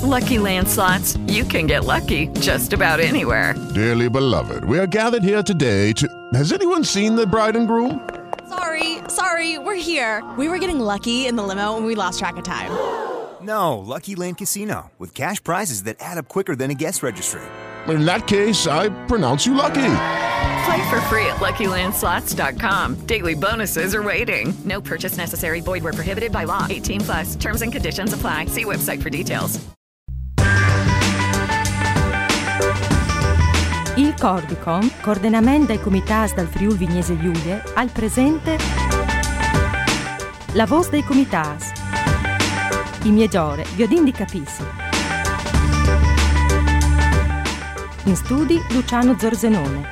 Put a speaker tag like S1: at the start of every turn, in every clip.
S1: Lucky Land Slots, you can get lucky just about anywhere.
S2: Dearly beloved, we are gathered here today to... Has anyone seen the bride and groom?
S3: Sorry, we're here. We were getting lucky in the limo and we lost track of time.
S4: No, Lucky Land Casino, with cash prizes that add up quicker than a guest registry.
S2: In that case, I pronounce you lucky.
S1: Play for free at LuckyLandSlots.com. Daily bonuses are waiting. No purchase necessary. Void where prohibited by law. 18+. Terms and conditions apply. See website for details.
S5: Il Cordicom, coordinamento dai comitati dal Friuli Vignese Giulie, al presente la voce dei comitati. I migliori viodin di capissi. In studi Luciano Zorzenone.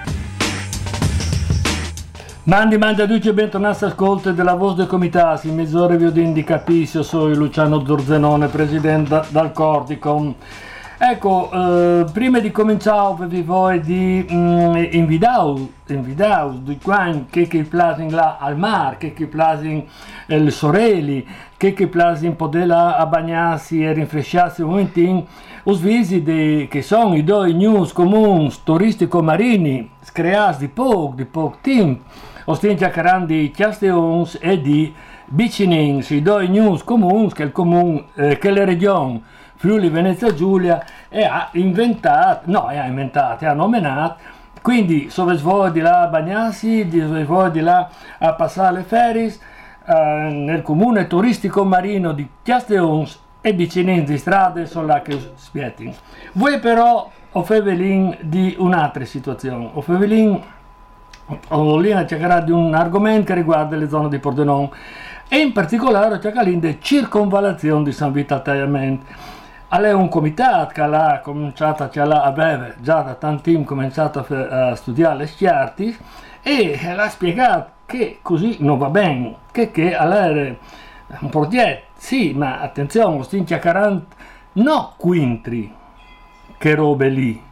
S6: Mandi a tutti e bentornati all'ascolto della voce dei comitati. In mezz'ora viodin di capissi, sono Luciano Zorzenone, presidente dal Cordicom. Ecco, prima di cominciare vi voglio di invitare di qua che plasin là al mare, che plasin le sorelle, che plasin poter là a bagnarsi e rinfresciarsi un momentino, os visi che sono i due news comuni turistico-marini, creati di poco tempo, ostingia carandi chiastioni e di vicini, i due news comuni che il comune, che le regioni Friuli Venezia Giulia ha nominato, quindi se voi di là a bagnarsi, se voi di là a passare le ferie nel comune turistico marino di Chiasteons e vicini di strade sono là che spietting. Voi però offevelin di un'altra situazione, offevelin cercherà di un argomento che riguarda le zone di Pordenone e in particolare cercherà di circonvallazione di San Vito al Tagliamento. È un comitato che ha cominciato a breve, già da tanti tempo cominciato a studiare le schiarti e l'ha spiegato che così non va bene, che all'era un progetto, sì, ma attenzione, stinci a 40, no quintri, che robe lì.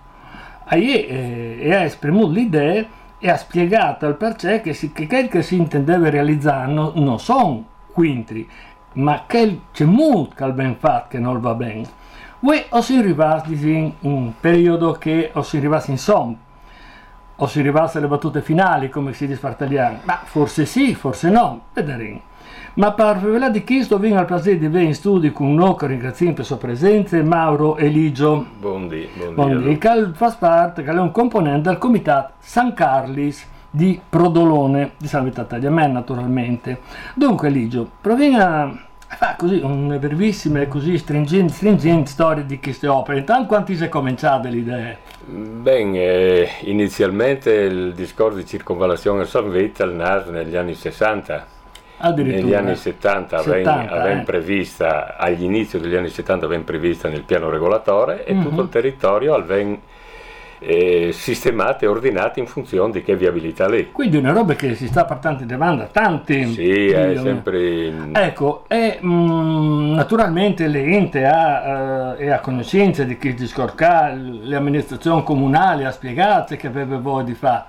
S6: E ha espremuto l'idea e ha spiegato al perché che quel che si intendeva realizzare non sono quintri, ma che c'è molto che ben fatto che non va bene. Voi o si arrivati in un periodo che o si arrivati in sommo, o si arrivati alle battute finali, come si dice italiano, ma forse sì, forse no, vedremo. Ma per parlare di questo vengo al piacere di venire in studio con noi, che ringraziamo per la sua presenza, Mauro Eligio. Buondì. Che fa parte, che è un componente del comitato San Carlis di Prodolone, di San Vito al Tagliamento naturalmente. Dunque Eligio, proviamo fa così una brevissima e così stringente storia di queste opere. Intanto quanti si è cominciata l'idea?
S7: Inizialmente il discorso di circonvallazione a San Vito nasce negli anni 60. Negli anni 70 avevamo prevista, agli inizi degli anni 70 avevamo prevista nel piano regolatore e tutto il territorio avevamo sistemate e ordinate in funzione di che viabilità lì.
S6: Quindi una roba che si sta portando davanti a tanti.
S7: Sì, è sempre.
S6: Ecco, naturalmente l'ente è a conoscenza di che discorca, le amministrazioni comunali ha spiegato che aveva voglia di fare.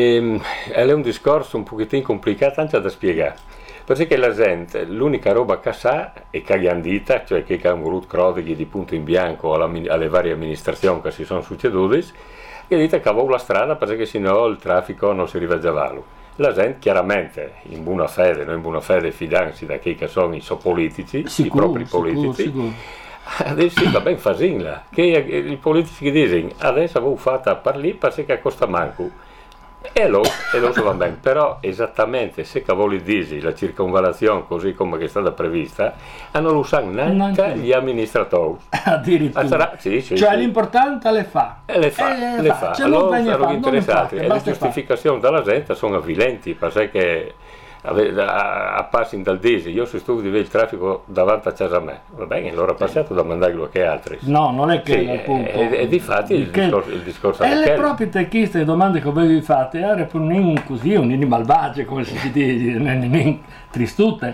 S7: È un discorso un pochettino complicato anche da spiegare. Perché la gente, l'unica roba che sa è che gli andita, cioè che hanno voluto crodighi di punto in bianco alle varie amministrazioni che si sono succedute, e dite che avevo la strada perché sennò il traffico non si riveggiava. La gente chiaramente, in buona fede, non in buona fede, fidansi da chi che sono i politici, i propri politici, sicuro. Adesso sì, va ben fasinla, che i politici che dicono adesso avevo fatto a parlare perché costa manco. E lo so va bene, però esattamente se cavoli disi la circonvallazione così come è stata prevista non lo sanno neanche gli amministratori
S6: addirittura
S7: sì,
S6: cioè l'importante le fa
S7: allora sono interessati e le giustificazioni dalla gente sono avvilenti perché a passi dal disi io se studio il traffico davanti a casa a me va bene allora passato da mandarlo a che altri
S6: non è che
S7: sì, appunto e difatti il discorso
S6: e le proprie techiste le domande che voi vi fate era un così un malvagio come si dice un tristute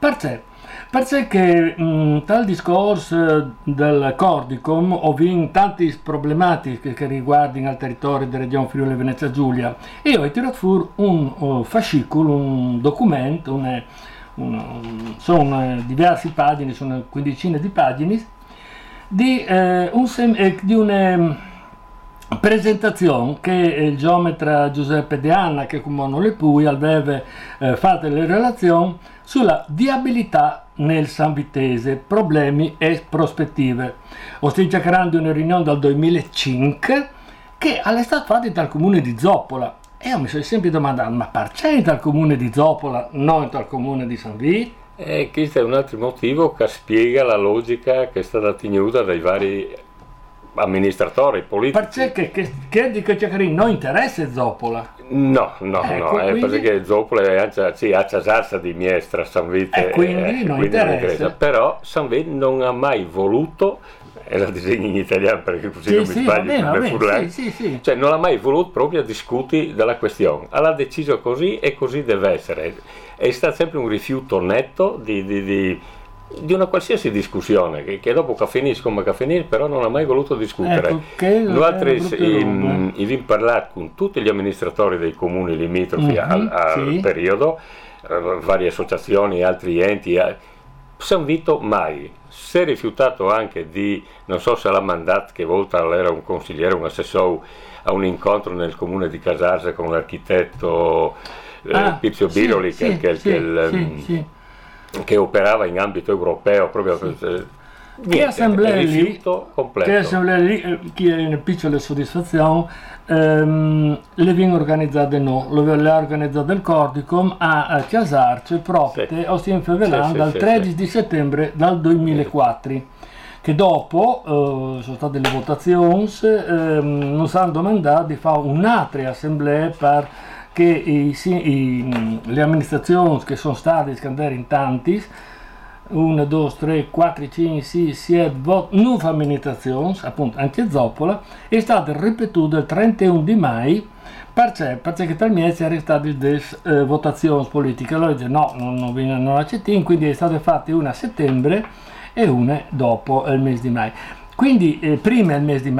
S6: perché tal discorso del Cordicom ho vinto tante problematiche che riguardano il territorio della regione Friuli Venezia Giulia e ho tirato fuori un fascicolo, un documento, sono diverse pagine, sono una quindicina di pagine di una presentazione che il geometra Giuseppe De Anna, che come le Pui, aveva fatto le relazioni sulla viabilità nel San Vitese, problemi e prospettive. Stiamo cercando una riunione dal 2005 che è stata fatta dal comune di Zoppola. E io mi sono sempre domandato, ma perché dal comune di Zoppola, non dal comune di San Vito?
S7: Questo è un altro motivo che spiega la logica che è stata tenuta dai vari amministratori politici.
S6: Perché che Ciacarini non interessa Zoppola?
S7: No,
S6: quindi...
S7: perché Zoppola è a casarsa di Miestra, San Vito,
S6: quindi non interessa.
S7: Però San Vito non ha mai voluto, e la disegno in italiano perché così non mi sbaglio, cioè non ha mai voluto proprio discutere della questione, ha deciso così e così deve essere. È stato sempre un rifiuto netto di una qualsiasi discussione che dopo che finisce come che finisce, però non ha mai voluto discutere. Noi altri abbiamo parlato con tutti gli amministratori dei comuni limitrofi al periodo, varie associazioni, altri enti. San Vito mai si è rifiutato anche di, non so se l'ha mandato, che volta era un consigliere, un assessore a un incontro nel comune di Casarse con l'architetto Pizio Biroli, che operava in ambito europeo proprio.
S6: Che assemblea lì, che è una piccola soddisfazione, le viene organizzate le ha organizzate il Cordicom a Casarce proprio in fevelano dal 13 di settembre del 2004, che dopo sono state le votazioni, non si hanno domandato di fare un'altra assemblea per che le amministrazioni che sono state scandere in tanti 1, 2, 3, 4, 5, 6, 7 nuove amministrazioni, appunto anche Zoppola, è stato ripetuto il 31 di mai perché per me c'era stato delle votazioni politiche. Allora dice no, non accettiamo, quindi è stata fatta una a settembre e una dopo il mese di mai. Quindi prima il mese di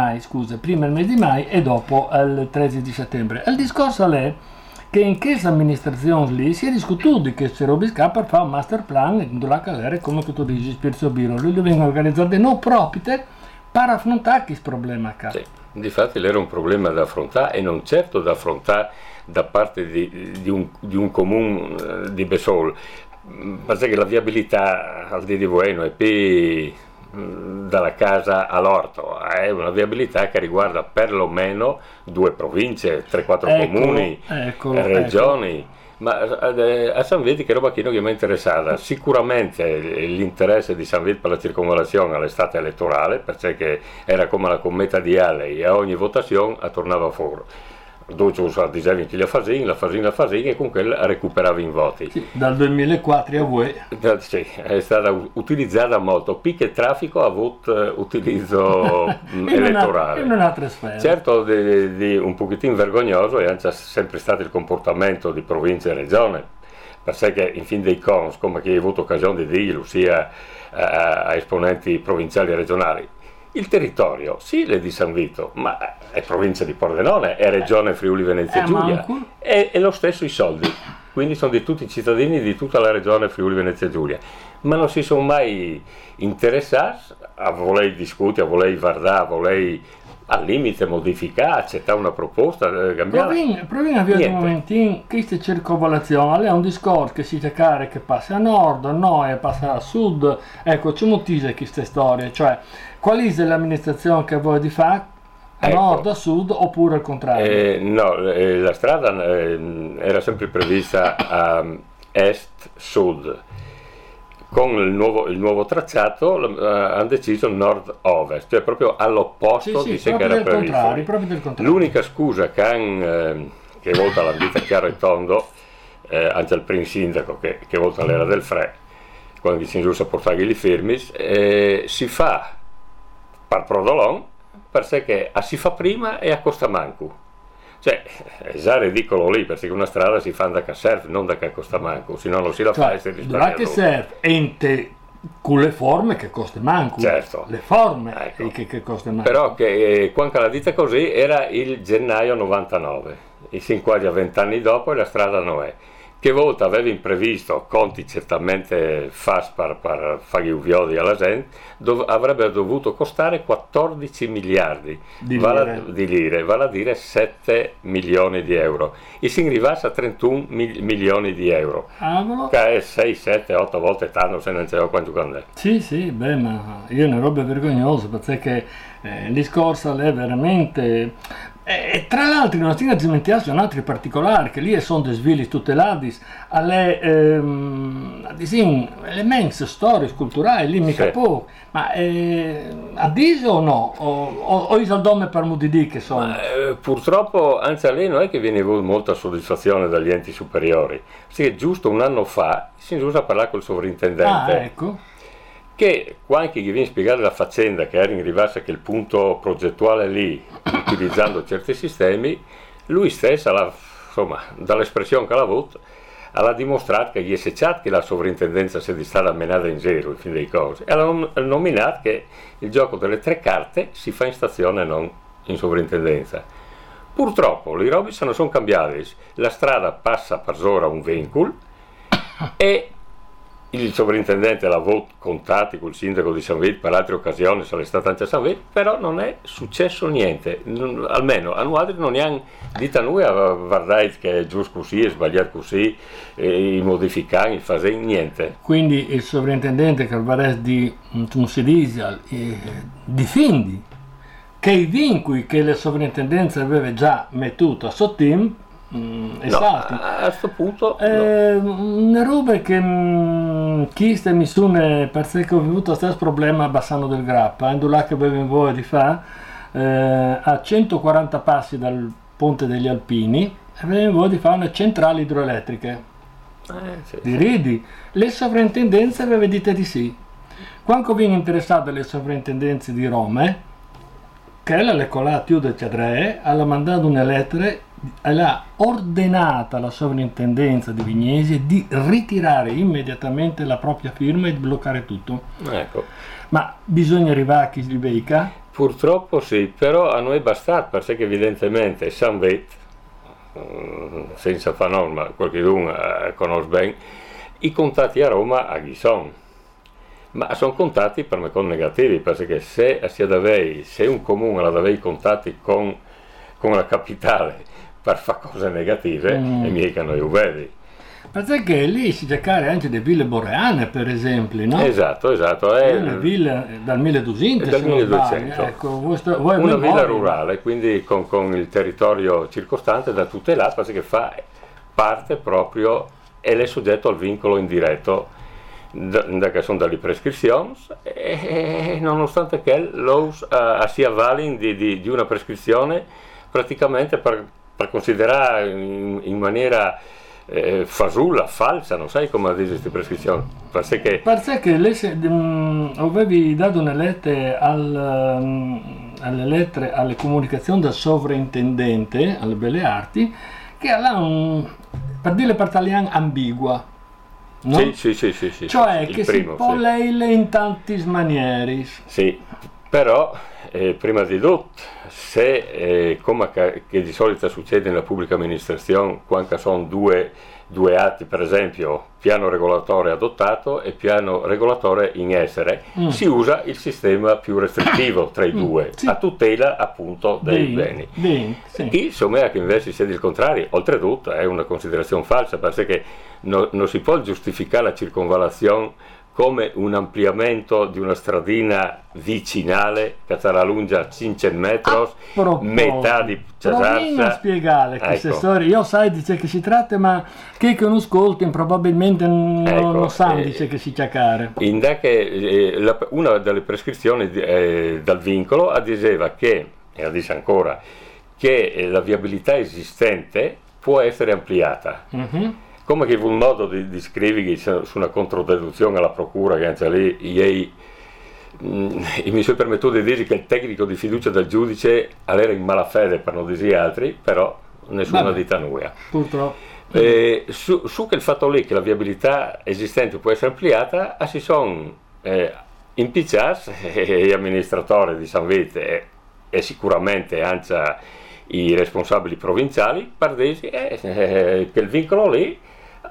S6: mai e dopo il 13 di settembre. Il discorso è che in questa amministrazione lì si è discusso di che c'era bisca per fare un master plan della calera, come tu dici, Spirito Biro. Lui vengono organizzate non proprio per affrontare questo problema.
S7: Sì, difatti era un problema da affrontare e non certo da affrontare da parte di un comune di Besol, perché la viabilità al DDV non è più dalla casa all'orto, è una viabilità che riguarda perlomeno 2 province, 3-4 comuni, regioni. Ma a San Vito che roba che non mi è interessata, sicuramente l'interesse di San Vito per la circonvallazione all'estate elettorale, perché era come la commetta di Halley e a ogni votazione tornava fuori. Dopo dicevi che la Fasin e comunque recuperava in voti.
S6: Sì, dal 2004 a voi.
S7: Sì, è stata utilizzata molto, più che traffico ha avuto utilizzo elettorale.
S6: In un'altra sfera.
S7: Certo di un pochettino vergognoso è anche sempre stato il comportamento di provincia e regione, perché in fin dei cons, come che hai avuto occasione di dirlo sia a esponenti provinciali e regionali, il territorio, sì, è di San Vito, ma è provincia di Pordenone, è regione Friuli Venezia Giulia, e lo stesso i soldi, quindi sono di tutti i cittadini di tutta la regione Friuli Venezia Giulia, ma non si sono mai interessati a voler discutere, a voler guardare, a voler al limite modificare, accettare una proposta, cambiare.
S6: Proviamo a vedere un momentino questa circolazione, è un discorso che si cerca che passa a nord, no, e passa a sud, ecco, c'è motivo queste storie, cioè qual è l'amministrazione che vuoi di fare? A nord, a sud oppure al contrario?
S7: No, la strada era sempre prevista a est-sud. Con il nuovo tracciato hanno deciso nord-ovest, cioè proprio all'opposto di ciò che era previsto. L'unica scusa che volta la vita chiaro e tondo, anche al primo sindaco che volta l'era del Fre, quando si giusto a portare i fermi, si fa per Prodolon, perché si fa prima e a Costamanco. Cioè, è già ridicolo lì, perché una strada si fa da Casserf, non da Costamanco, se no non si la fa e si risparmia.
S6: Che serve ente con le forme che costa manco,
S7: certo.
S6: Le forme che costa manco.
S7: Però che quando la dita così era il gennaio 99, e sin quasi a 20 anni dopo la strada non è. che volta aveva imprevisto conti certamente fas per fare uviodi alla gente, avrebbe dovuto costare 14 miliardi di lire, vale a dire 7 milioni di euro, e si arrivasse a 31 milioni di euro, che è 6, 7, 8 volte tanto, se non so quanto è.
S6: Sì, beh, ma io una roba vergognosa, perché il discorso è veramente... E tra l'altro non si dimenticasse un altro particolare, che lì sono dei svili tutelati alle elementi storici, culturali, lì mica poco, ma a diso o no? O i soldome per mudidì che sono?
S7: Purtroppo, anzi a lei non è che viene avuta molta soddisfazione dagli enti superiori, sì, giusto un anno fa si usa a parlare col sovrintendente.
S6: Ecco.
S7: Che quando gli viene spiegata la faccenda che era in arrivasse che il punto progettuale lì, utilizzando certi sistemi, lui stesso, dall'espressione che l'ha avuto, ha dimostrato che gli è secciato che la sovrintendenza si è stata menata in zero, in fin dei cose, e ha nominato che il gioco delle 3 carte si fa in stazione e non in sovrintendenza. Purtroppo le robe se ne sono cambiate, la strada passa per ora un veicolo e il sovrintendente l'ha avuto contatti col sindaco di San Vito per altre occasioni, sono stato anche a San Vito, però non è successo niente, almeno a noi non hanno detto a noi a guardare che è giusto così, è sbagliato così, i modificare, fare niente.
S6: Quindi il sovrintendente che al di un si dice difendi che i vincoli che le sovrintendenze aveva già mettuto a sottim esatto.
S7: A questo punto
S6: una roba che chi ste mi sune perché ho avuto lo stesso problema a Bassano del Grappa, là che avevo in voglia di fare a 140 passi dal Ponte degli Alpini, avevo in voglia di fare una centrale idroelettriche. Di ridi, le sovrintendenze avevano detto di sì. Quando viene interessato le sovrintendenze di Roma, che le colate del Ciadre, ha mandato una lettera e l'ha ordinata alla sovrintendenza di Vignesi di ritirare immediatamente la propria firma e di bloccare tutto.
S7: Ecco.
S6: Ma bisogna arrivare a chi si becca?
S7: Purtroppo sì, però a noi è bastato, perché evidentemente San Vito, senza fare norma, qualcuno conosce bene, i contatti a Roma a chi sono. Ma sono contatti per me con negativi, perché se un comune ha dei contatti con la capitale per fare cose negative, e mica noi lo vedi.
S6: Perché lì si giocare anche delle ville boreane, per esempio, no?
S7: Esatto.
S6: È una villa dal 1200.
S7: Dal 1200.
S6: Ecco,
S7: una villa rurale, quindi con il territorio circostante da tutelare, perché fa parte proprio, e è soggetto al vincolo indiretto che sono dalle prescrizioni, e nonostante che si avvalin di una prescrizione praticamente per considerare in maniera fasulla, falsa, non sai come dire queste prescrizioni, perché avevi dato una lettera alle comunicazioni del sovrintendente alle Belle Arti che ha per dire per italiano ambigua. No? Sì.
S6: Cioè che si può leggere in tanti manieri.
S7: Sì, però prima di tutto, se come che di solito succede nella pubblica amministrazione, quando sono due atti, per esempio piano regolatore adottato e piano regolatore in essere, si usa il sistema più restrittivo tra i due, a tutela appunto dei beni.
S6: Sì.
S7: Insomma, che invece sia il contrario, oltretutto è una considerazione falsa, perché non si può giustificare la circonvallazione come un ampliamento di una stradina vicinale che sarà lunga 500 metri, metà di Casarsa.
S6: Proviamo a spiegare queste storie. Io dice che si tratta, ma chi che non ascolta probabilmente non sa dice che si chiacchiare.
S7: Una delle prescrizioni dal vincolo diceva che, e la dice ancora, che la viabilità esistente può essere ampliata. Come che un modo di scrivere su una controdeduzione alla procura, che anche lì mi sono permettuto di dire che il tecnico di fiducia del giudice era in malafede, per non dire altri, però nessuna dita nuova.
S6: Purtroppo.
S7: Su che il fatto lì che la viabilità esistente può essere ampliata, si sono impicciati gli amministratori di San Vito e sicuramente anche i responsabili provinciali per dire che il vincolo lì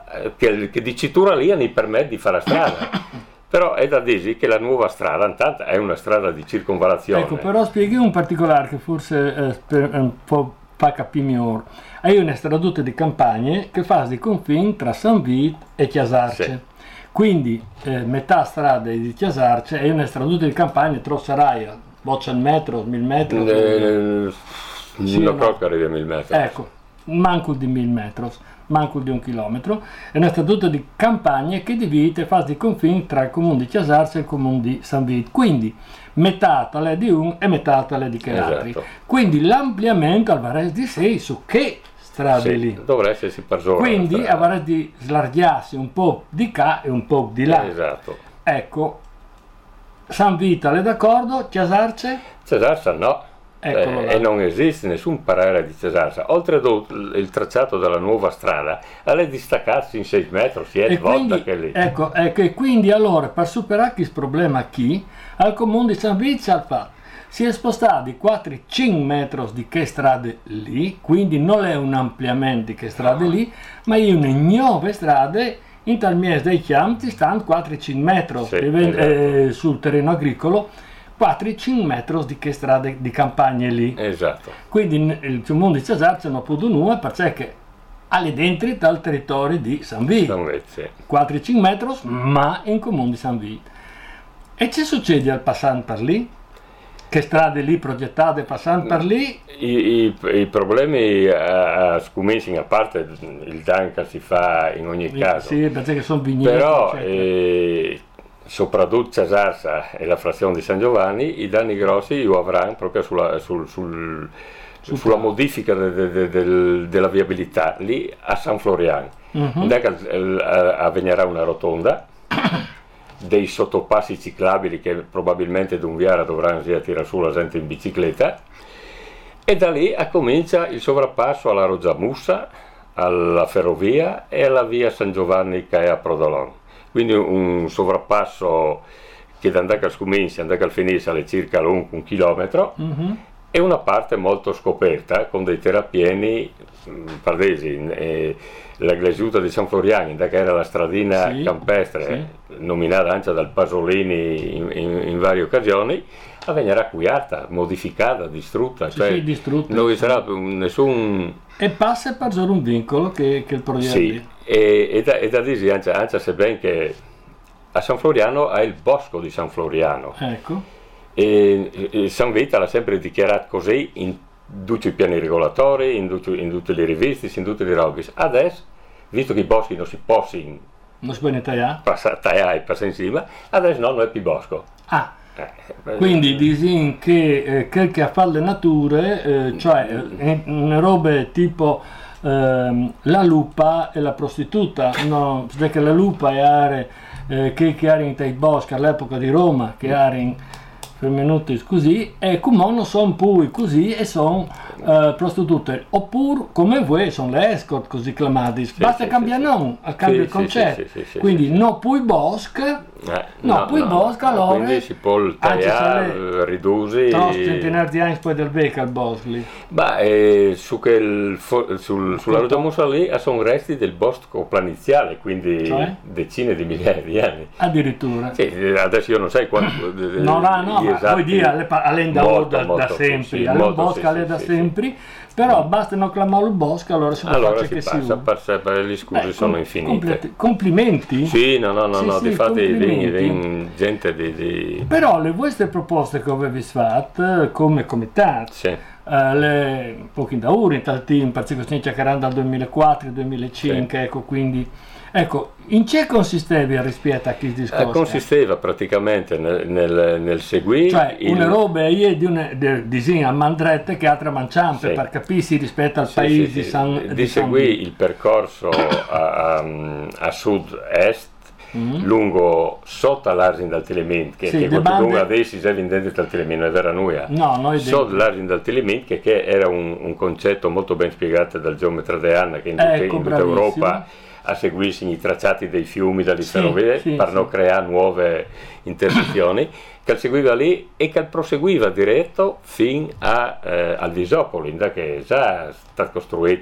S7: che dicitura lì ne permette di fare la strada. Però è da dire che la nuova strada intanto è una strada di circonvallazione.
S6: Ecco, però spieghi un particolare che forse un po' fa capire meglio. È una strada di campagne che fa di confine tra San Vito e Chiasarce.
S7: Sì.
S6: Quindi metà strada di Chiasarce è una strada di campagne tra Saraia, boccia il metro, 1000 metri.
S7: Non credo che arrivi a 1000 metri.
S6: Ecco, manco di 1000 metri, manco di 1 chilometro. È una strada di campagne che divide e fa di confine tra il comune di Chiasarce e il comune di San Vito. Quindi metà tale di un e metà tale di che altri.
S7: Esatto.
S6: Quindi l'ampliamento al Varese di 6 su che strade lì.
S7: Dovrebbe essersi per zona.
S6: Quindi avrà di slargiarsi un po' di qua e un po' di là.
S7: Esatto.
S6: Ecco, San Vito è d'accordo, Chiasarce?
S7: Chiasarce no.
S6: Eccolo
S7: E non esiste nessun parere di Chiasarce. Oltretutto il tracciato della nuova strada è distaccarsi in 6 metri, 7 volte che lì.
S6: Ecco, e quindi allora per superare questo problema qui, al comune di San Vito ha fatto. Si è spostato di 4-5 metri di che strade lì, quindi non è un ampliamento di che strade lì, ma è una nuove strade in tal mese dei chiamati stanno 4-5 metri
S7: esatto.
S6: Sul terreno agricolo, 4-5 metri di che strade di campagne lì.
S7: Esatto.
S6: Quindi il comune di Chiasarce non può nulla perché è dentro dal territorio di San Vito. 4-5 metri, ma in comune di San Vito. E che succede al passante per lì? Che strade lì progettate passando per lì?
S7: I problemi cominciano, a parte il danno che si fa in ogni caso.
S6: Sì, perché sono vigneti.
S7: Però soprattutto Chiasarce e la frazione di San Giovanni, i danni grossi lo avranno proprio sulla modifica della viabilità lì a San Floriano. Avverrà una rotonda, dei sottopassi ciclabili che probabilmente Dunviara dovranno tirare su la gente in bicicletta, e da lì comincia il sovrappasso alla Roggiamussa, alla ferrovia e alla via San Giovanni che è a Prodolon. Quindi un sovrappasso che da andare al Scumensi, andare al Fenese è circa lungo 1 chilometro, e una parte molto scoperta con dei terrapieni pardesi. La glesiuta di San Floriano, che era la stradina campestre, nominata anche dal Pasolini in varie occasioni, verrà acquiata, modificata, distrutta.
S6: Distrutta.
S7: Non vi sarà nessun...
S6: E passa per un vincolo che il progetto.
S7: Sì, e da dire anche sebbene che a San Floriano ha il bosco di San Floriano.
S6: Ecco.
S7: E San Vito l'ha sempre dichiarato così in tutti i piani regolatori, in tutte le riviste, in tutte le robe. Adesso, visto che i boschi non si possono tagliare e passare insieme, adesso non è più bosco.
S6: Quindi dicono che quel che fa le nature, cioè una roba tipo la lupa e la prostituta, no? Perché la lupa è che era in tai boschi all'epoca di Roma, che era in minuti così, e come non sono poi così e sono prostitute, oppure come voi sono le escort così chiamate, basta cambiare nome, cambia il concetto, quindi no poi bosca, allora
S7: quindi si può tagliare, ridurre
S6: centinaia di anni poi del becco al bosco lì.
S7: Sulla Roggiamussa lì sono resti del bosco planiziale, quindi decine di migliaia di anni
S6: addirittura.
S7: Adesso io non sai quanto
S6: vuoi dire all'enda da sempre, al bosco alle da sempre, però basta non chiamarlo il bosco, allora si
S7: passa per gli scusi sono infinite.
S6: Complimenti?
S7: Sì, no, difatti gente di...
S6: Però le vostre proposte che avevi fatto come comitato, le pochi da ora in tal team, perché che erano dal 2004-2005, ecco, quindi... Ecco, in che consisteva rispetto a chi discorso?
S7: Consisteva praticamente nel seguire...
S6: Cioè, una roba di una disegno a mandrette che altre manciampe, per capirsi rispetto al paese di San...
S7: Di seguire il percorso a sud-est, lungo sotto l'argine del Tilemint, che lungo adesso si è vendendo dal Tilemint, non è vera nuia. Sotto l'argine del Tilemint, che era un concetto molto ben spiegato dal geometra De Anna, che in tutta Europa a seguirsi i tracciati dei fiumi dalle ferrovie per non creare nuove intersezioni, che seguiva lì e che proseguiva diretto fino al Visopoli, che è già stato costruito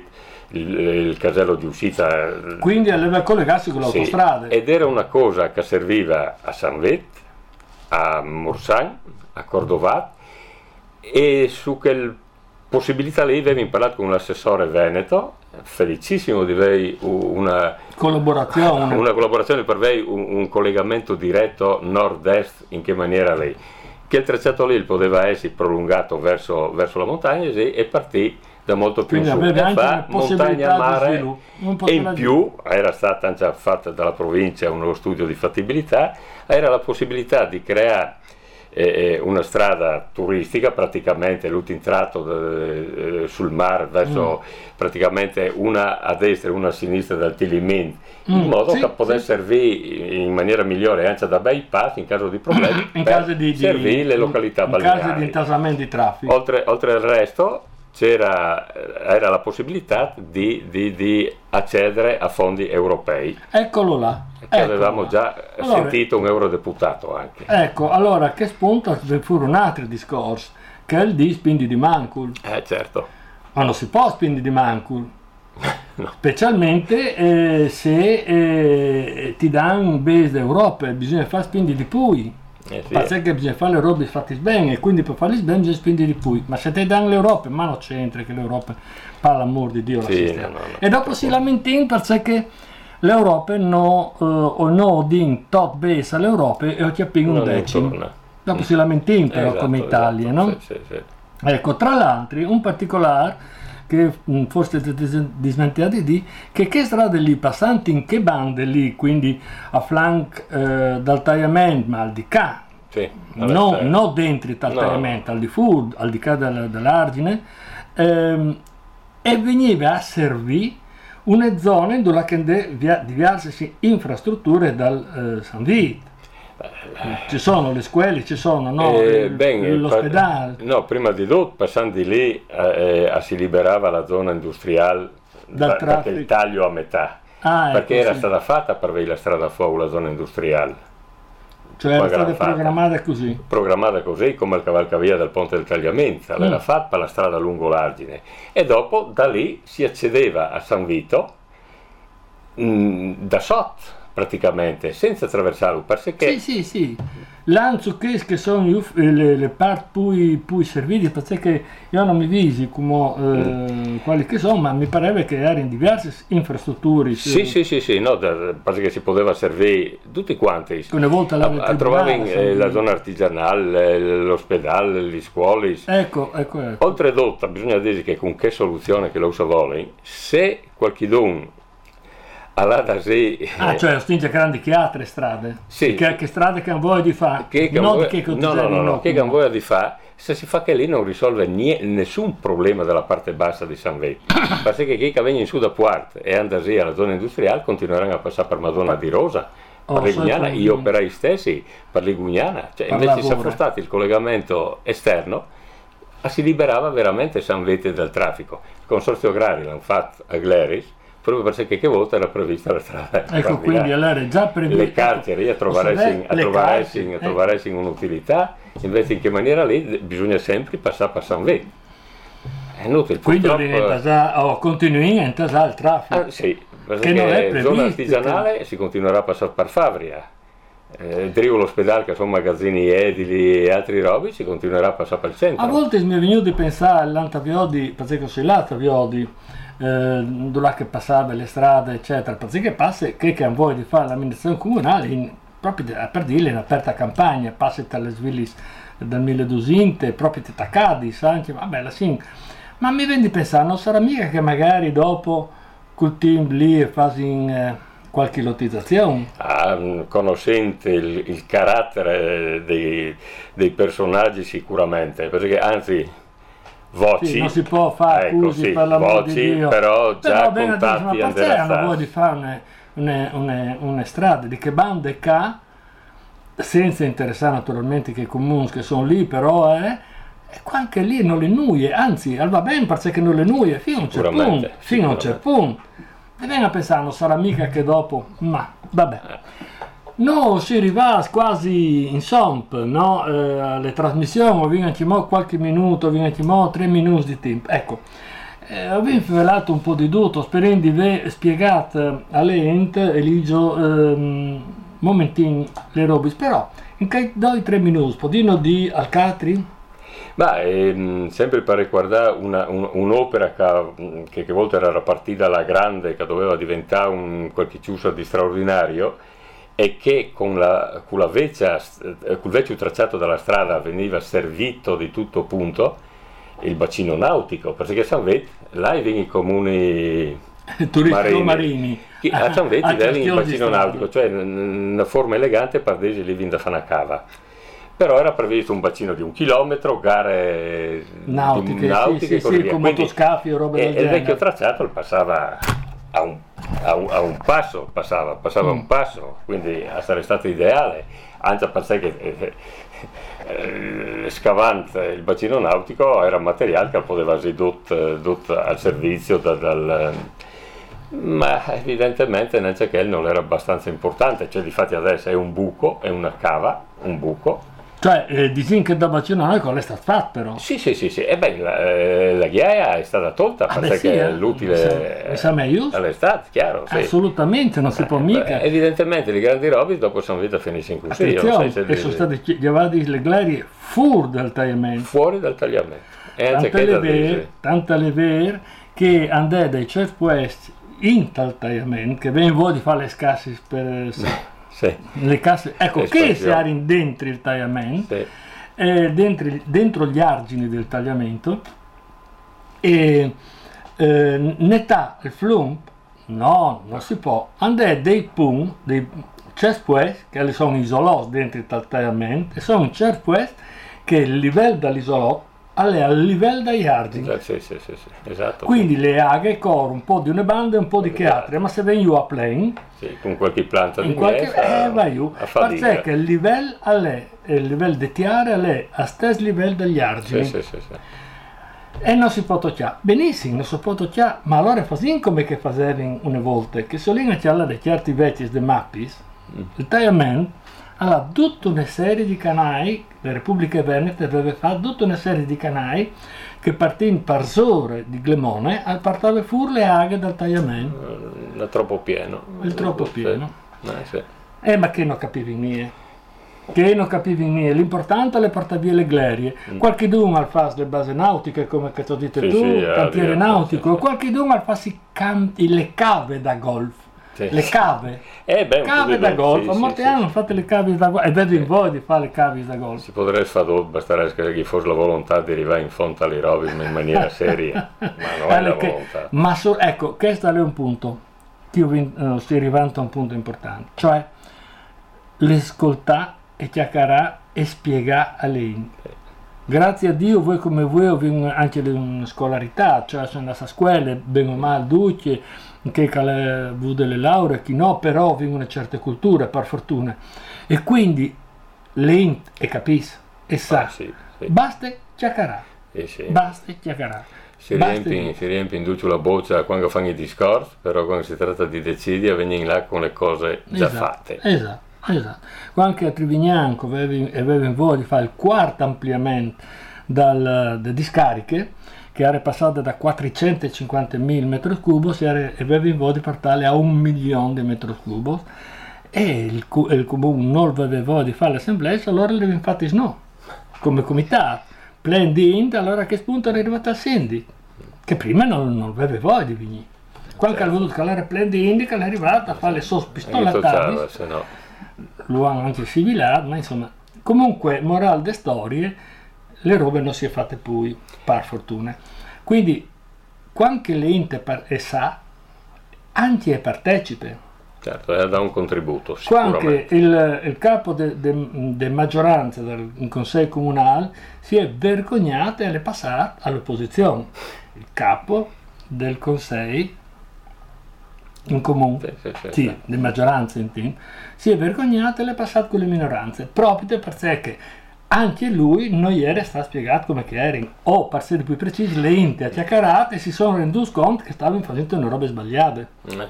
S7: il casello di uscita.
S6: Quindi deve collegarsi con l'autostrada.
S7: Sì, ed era una cosa che serviva a Sanvet, a Morsan, a Cordovat, e su quel possibilità lì avevo parlato con l'assessore veneto, felicissimo di avere una collaborazione per avere un collegamento diretto nord-est, in che maniera lì, che il tracciato lì poteva essere prolungato verso la montagna e partì da molto più in su, fa montagna mare, e in più era stata già fatta dalla provincia uno studio di fattibilità, era la possibilità di creare una strada turistica, praticamente l'ultimo tratto sul mare verso praticamente una a destra e una a sinistra dal Tilimin, in modo che potesse servire in maniera migliore anche da bypass in caso di problemi
S6: in caso di
S7: servire le località balneari.
S6: In caso di intasamento di traffico.
S7: Oltre al resto era la possibilità di accedere a fondi europei.
S6: Eccolo là.
S7: Che avevamo già sentito un eurodeputato anche.
S6: Ecco, allora che spunta furono altri discorsi, che è il di spindi di Mancul.
S7: Certo.
S6: Ma non si può spindi di Mancul.
S7: No.
S6: Specialmente se ti danno un base d'Europa, bisogna fare spindi di Pui.
S7: Sì.
S6: Perché bisogna fare le robe fatte bene, e quindi per farli bene bisogna spindi di Pui. Ma se ti danno l'Europa, ma non c'entra che l'Europa, per l'amor di Dio, la sistema.
S7: No,
S6: e dopo si lamentano perché l'Europa no din tot base all'Europa e ho chiapito un decimo. Dopo si lamentano però come Italia, no?
S7: Sì.
S6: Ecco, tra l'altro un particolare che forse dismentirate di che strade lì passanti in che bande lì, quindi a flanco dal tagliamento, ma al di qua, non dentro il tagliamento, al di fuori, al di qua dell'argine, e veniva a servire una zona in cui diverse infrastrutture dal San Vito. Ci sono le scuole, ci sono l'ospedale.
S7: No, prima di tutto, passando di lì si liberava la zona industriale perché il taglio a metà, perché era stata fatta per avere la strada fuori la zona industriale.
S6: Cioè era stata programmata così?
S7: Programmata così come il cavalcavia del ponte del tagliamento, era fatta per la strada lungo l'argine, e dopo da lì si accedeva a San Vito da sotto, praticamente, senza attraversarlo, perché...
S6: Sì. L'anzo che sono le parti poi servite, perché io non mi visi come quali che sono, ma mi pareva che erano diverse infrastrutture.
S7: Sì, no, perché si poteva servire tutti quanti.
S6: Una volta
S7: a trovare la zona artigianale, l'ospedale, le scuole.
S6: Ecco.
S7: Oltretutto, bisogna dire che con che soluzione che lo si vuole, se qualcuno
S6: cioè stinge grandi che altre strade?
S7: Sì.
S6: Che strade che hanno voglia di fare?
S7: Che hanno voglia di fare, se si fa che lì non risolve nessun problema della parte bassa di San Vito, perché chi che viene in su da Puart e andasi alla zona industriale continueranno a passare per Madonna di Rosa, per Ligugnana, gli operai stessi per Ligugnana, cioè invece se fosse stato il collegamento esterno si liberava veramente San Vito dal traffico. Il Consorzio Agrario l'hanno fatto a Gleris, proprio perché che volta era prevista la strada.
S6: Ecco, quindi allora è già previsto.
S7: Le carceri a trovare un'utilità, invece in che maniera lì bisogna sempre passare per San Vito. È inutile.
S6: Quindi continui a intasare il traffico.
S7: Sì, perché zona artigianale si continuerà a passare per Favria. Drivo l'ospedale, che sono magazzini edili e altri robi, si continuerà a passare per il centro.
S6: A volte mi è venuto di pensare all'Antaviodi, perché sei l'Antaviodi, dove che passava le strade eccetera, perché passa che hanno voglia di fare l'amministrazione comunale proprio per dire in aperta campagna, passa dalle svillis dal 1200 proprio ti taccadi, ma mi viene di pensare, non sarà mica che magari dopo quel team lì fai qualche lottizzazione?
S7: Conoscente il carattere dei personaggi sicuramente, perché anzi voci,
S6: non si può fare così per l'amor di Dio,
S7: però già contatti
S6: hanno voglia di fare una strada di che bande ca, senza interessare naturalmente che i comuni che sono lì, però anche lì non le nuie, anzi va bene perché non le nuie fino a un certo punto, e venga a pensare, non sarà mica che dopo, ma vabbè. No, si arriva quasi in somp, no? Le trasmissioni, vengono qualche minuto, vengono 3 minuti di tempo. Ecco, Abbiamo svelato un po' di tutto, sperando di spiegare all'ente Eligio momentin le robe, però in 2-3 minuti, podino di Alcatri?
S7: Ma sempre per riguardare un'opera che a volte era partita alla grande, che doveva diventare un qualche ciusa di straordinario, e che con col vecchio tracciato della strada veniva servito di tutto punto il bacino nautico, perché San Vette, là i comuni
S6: marini.
S7: A San Vette il bacino nautico, cioè una forma elegante per desi lì da fare una cava. Però era previsto un bacino di 1 chilometro, gare nautiche
S6: sì, con motoscafi o roba del genere.
S7: E il vecchio tracciato passava a un passo, passava un passo, quindi sarebbe stato ideale, anche perché scavante il bacino nautico era un materiale che poteva essere dotto al servizio ma evidentemente non era abbastanza importante, cioè difatti adesso è un buco, è una cava, un buco.
S6: Cioè, dici che da bacino nautico è stato fatto però?
S7: Sì, e beh, la ghiaia è stata tolta perché è l'utile all'estate, chiaro. Sì.
S6: Assolutamente, non si può mica.
S7: Evidentemente le grandi robe dopo sono venute a finire in così.
S6: E sono state llevate le ghiaie fuori dal tagliamento.
S7: Fuori dal tagliamento.
S6: Tanta le ver che andate dai chef quest in tal tagliamento, che ben vuoi di fare le scasse per...
S7: Sì.
S6: Le casse, ecco, che si ha dentro il tagliamento, sì. Dentro gli argini del tagliamento, e netà il flump, no, non si può, andare dei punti, dei cespues, che sono isolati dentro il tagliamento, e sono cespues che il livello dall'isolotto è al livello degli argini.
S7: Sì, esatto.
S6: Quindi le aghe corrono un po' di una banda e un po' di che altre, ma se vengo a plane,
S7: sì, con qualche pianta di
S6: vai giù, perché il livello di tiare è a stesso livello degli argini.
S7: Sì.
S6: E non si può toccare. Benissimo, non si può toccare, ma allora facciamo come che facevano una volta, che solino c'è di certi vecchi di mappis, il tagliamento, allora tutta una serie di canali, la Repubblica Veneta aveva fatto tutta una serie di canali che partivano per ore di Glemone e partavano fuori le aghe dal tagliamento.
S7: È troppo pieno.
S6: È troppo pieno.
S7: Sì.
S6: Ma che non capivi niente. L'importante è le portare via le glerie. Qualche d'uno al fa le basi nautiche, come che tu dite cantiere nautico, qualche d'uno al fa le cave da golf. Sì. Le cave, cave da golf, a molti anni hanno fatto le cave da golf e vedo in voi di fare le cave da golf.
S7: Si potrebbe fare, basterebbe che ci fosse la volontà di arrivare in fondo alle robe in maniera seria, ma non è la volontà.
S6: Ma ecco, questo è un punto che io si arrivando a un punto importante, cioè l'ascoltare e chiacchierare e spiegare alle indi. Grazie a Dio, voi come voi avete anche una scolarità, cioè sono andati a scuola, bene o male, duce, che ha avuto delle lauree, chi no, però avete una certa cultura, per fortuna. E quindi l'int e capisce e sa,
S7: sì.
S6: basta chiacchierare. Basta chiacchierare.
S7: Si riempie in duce la boccia quando fanno i discorsi, però quando si tratta di decidere vengono là con le cose già fatte.
S6: Esatto. Quando a Trivignanco aveva in voglia di fare il quarto ampliamento delle discariche, che era passata da 450.000 metri cubi, aveva in voglia di portarle a 1 milione di metri cubi, e il comune non aveva voglia di fare l'assemblea, allora le abbiamo fatte no, come comitato, plan di int, allora a che punto è arrivato al Sindic, che prima non aveva voglia di venire. Quando ha voluto calare plan di indica, è arrivato a fare le sue pistolattate. Lo hanno anche civilato, ma insomma, comunque, morale delle storie, le robe non si è fatte più, per fortuna. Quindi, quando l'ente sa, anche è partecipe.
S7: Certo, dà un contributo, sicuramente.
S6: Quando il capo della maggioranza del Consiglio Comunale si è vergognato e è passato all'opposizione. Il capo del Consiglio in comune, sì, di maggioranza si è vergognato e è passato con le minoranze, proprio perché anche lui non era stato spiegato come che erano, o per essere più precisi, le ente a chiacchierate e si sono renduti conto che stavano facendo una robe sbagliate.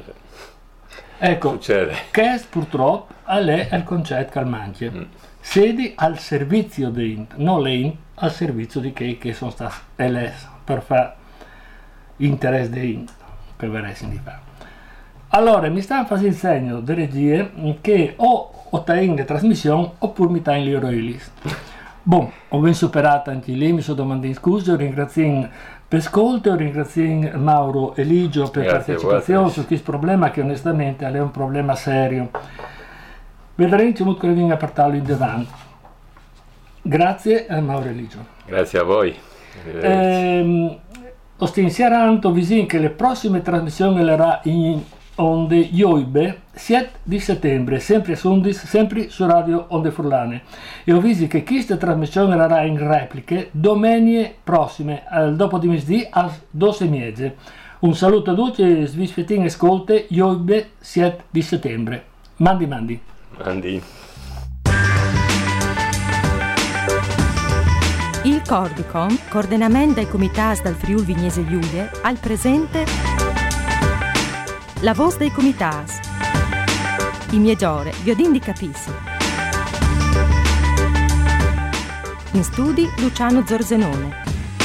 S6: Ecco,
S7: succede.
S6: Che purtroppo è il concetto che manca. Sedi al servizio di int, non le int al servizio di che sono stati elesi per fare interesse che vorresti di fare. Allora, mi stanno facendo il segno di regie che o ottengo le trasmissioni oppure mi taglio le royalties. Bon, ho ben superato anche lì, mi sono domandato scusa, ringrazio per ascolto, ringrazio Mauro Eligio per partecipazione su questo problema che onestamente è un problema serio. Vedremo come venga a portarlo in davanti. Grazie a Mauro Eligio.
S7: Grazie a voi.
S6: Ho stinziaranto vicino che le prossime trasmissioni le sarà in onde Ioibe 7 di settembre, sempre su Radio Onde Furlane. E ho visto che questa trasmissione sarà in repliche domenica prossime, dopo di mezzodì alle 12:30. Un saluto a tutti e svisfettin ascolte Ioibe 7 di settembre. Mandi.
S5: Il Cordicom, coordinamento dai comitati dal Friuli Vignese Giulia, al presente la voce dei comitati. I migliori viodin di capissi. In studi Luciano Zorzenone.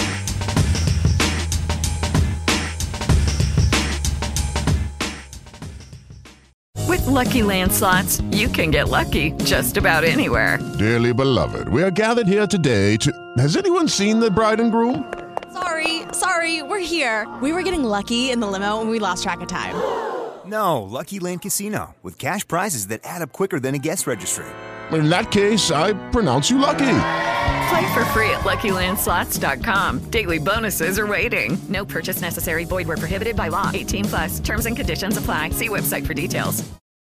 S1: With Lucky Land Slots, you can get lucky just about anywhere.
S2: Dearly beloved, we are gathered here today to... Has anyone seen the bride and groom?
S3: Sorry, we're here. We were getting lucky in the limo and we lost track of time.
S4: No, Lucky Land Casino, with cash prizes that add up quicker than a guest registry.
S2: In that case, I pronounce you lucky.
S1: Play for free at LuckyLandSlots.com. Daily bonuses are waiting. No purchase necessary. Void where prohibited by law. 18+. Terms and conditions apply. See website for details.